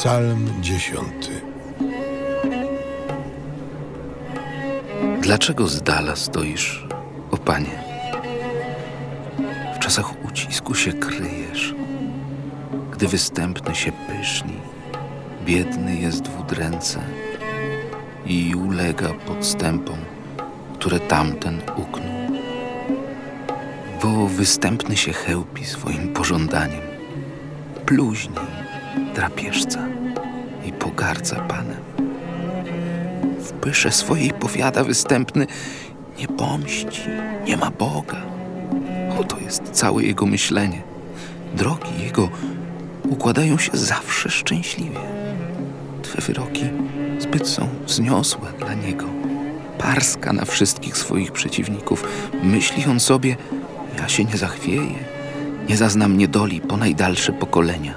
Psalm 10. Dlaczego z dala stoisz, o Panie? W czasach ucisku się kryjesz, gdy występny się pyszni, biedny jest w udręce i ulega podstępom, które tamten uknął. Bo występny się chełpi swoim pożądaniem, bluźni drapieżca i pogardza Panem. W pysze swojej powiada występny: nie pomści, nie ma Boga. Oto jest całe jego myślenie. Drogi jego układają się zawsze szczęśliwie. Twe wyroki zbyt są wzniosłe dla niego. Parska na wszystkich swoich przeciwników. Myśli on sobie: ja się nie zachwieję, nie zaznam niedoli po najdalsze pokolenia.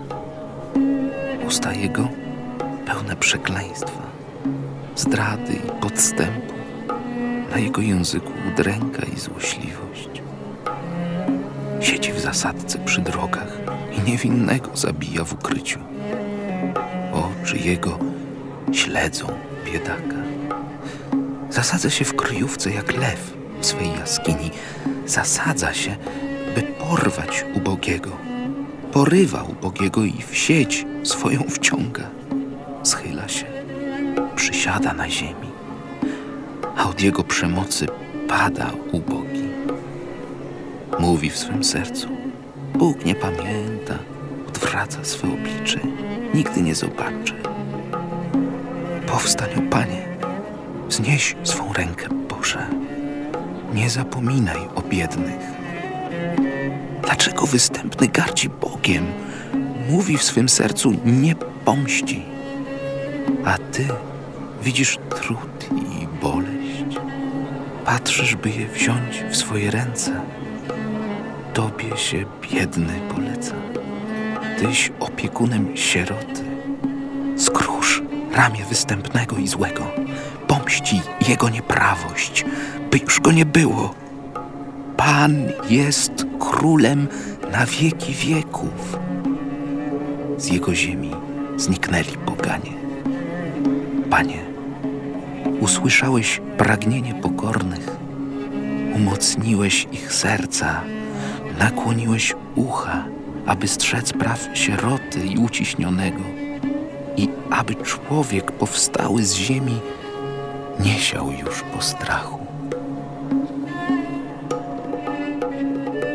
Usta jego pełne przekleństwa, zdrady i podstępu. Na jego języku udręka i złośliwość. Siedzi w zasadce przy drogach i niewinnego zabija w ukryciu. Oczy jego śledzą biedaka. Zasadza się w kryjówce jak lew w swej jaskini. Zasadza się, by porwać ubogiego. Porywa ubogiego i w sieć swoją wciąga. Schyla się, przysiada na ziemi, a od jego przemocy pada ubogi. Mówi w swym sercu: Bóg nie pamięta, odwraca swe oblicze, nigdy nie zobaczy. Powstań, o Panie, wznieś swą rękę, Boże, nie zapominaj o biednych. Dlaczego występny gardzi Bogiem? Mówi w swym sercu: nie pomści. A Ty widzisz trud i boleść. Patrzysz, by je wziąć w swoje ręce. Tobie się biedny poleca. Tyś opiekunem sieroty. Skrusz ramię występnego i złego. Pomści jego nieprawość, by już go nie było. Pan jest królem na wieki wieków. Z jego ziemi zniknęli poganie. Panie, usłyszałeś pragnienie pokornych, umocniłeś ich serca, nakłoniłeś ucha, aby strzec praw sieroty i uciśnionego i aby człowiek powstały z ziemi nie siał już postrachu.